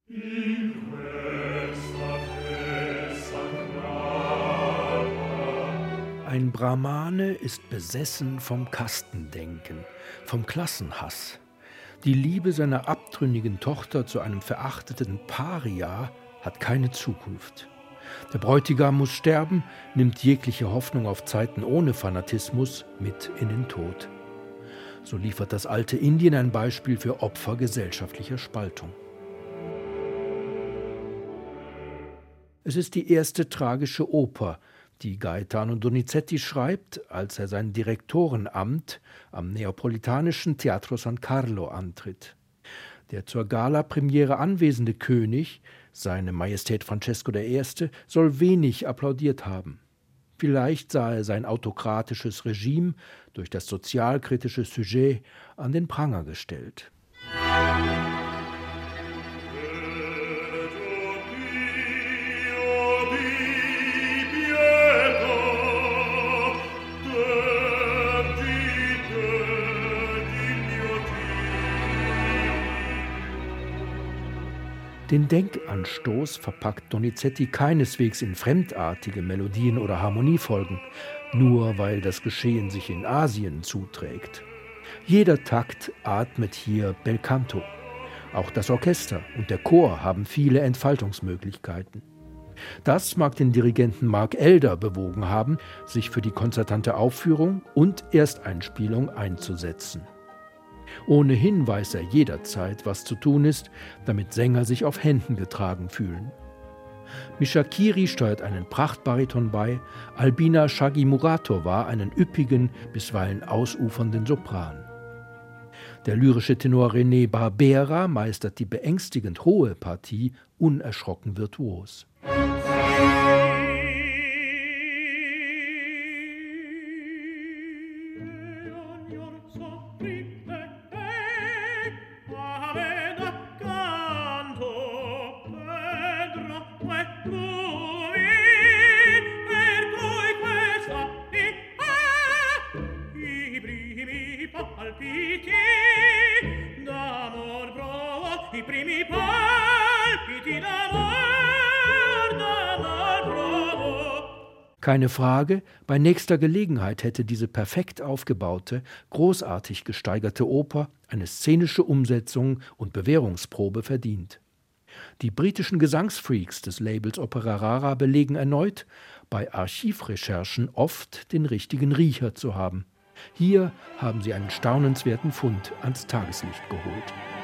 Ein Brahmane ist besessen vom Kastendenken, vom Klassenhass. Die Liebe seiner abtrünnigen Tochter zu einem verachteten Paria hat keine Zukunft. Der Bräutigam muss sterben, nimmt jegliche Hoffnung auf Zeiten ohne Fanatismus mit in den Tod. So liefert das alte Indien ein Beispiel für Opfer gesellschaftlicher Spaltung. Es ist die erste tragische Oper, die Gaetano Donizetti schreibt, als er sein Direktorenamt am neapolitanischen Teatro San Carlo antritt. Der zur Gala-Premiere anwesende König, seine Majestät Francesco I., soll wenig applaudiert haben. Vielleicht sah er sein autokratisches Regime durch das sozialkritische Sujet an den Pranger gestellt. Den Denkanstoß verpackt Donizetti keineswegs in fremdartige Melodien oder Harmoniefolgen, nur weil das Geschehen sich in Asien zuträgt. Jeder Takt atmet hier Bel Canto. Auch das Orchester und der Chor haben viele Entfaltungsmöglichkeiten. Das mag den Dirigenten Mark Elder bewogen haben, sich für die konzertante Aufführung und Ersteinspielung einzusetzen. Ohnehin weiß er jederzeit, was zu tun ist, damit Sänger sich auf Händen getragen fühlen. Misha Kiri steuert einen Prachtbariton bei, Albina Shaggy-Muratova einen üppigen, bisweilen ausufernden Sopran. Der lyrische Tenor René Barbera meistert die beängstigend hohe Partie unerschrocken virtuos. Keine Frage, bei nächster Gelegenheit hätte diese perfekt aufgebaute, großartig gesteigerte Oper eine szenische Umsetzung und Bewährungsprobe verdient. Die britischen Gesangsfreaks des Labels Opera Rara belegen erneut, bei Archivrecherchen oft den richtigen Riecher zu haben. Hier haben sie einen staunenswerten Fund ans Tageslicht geholt.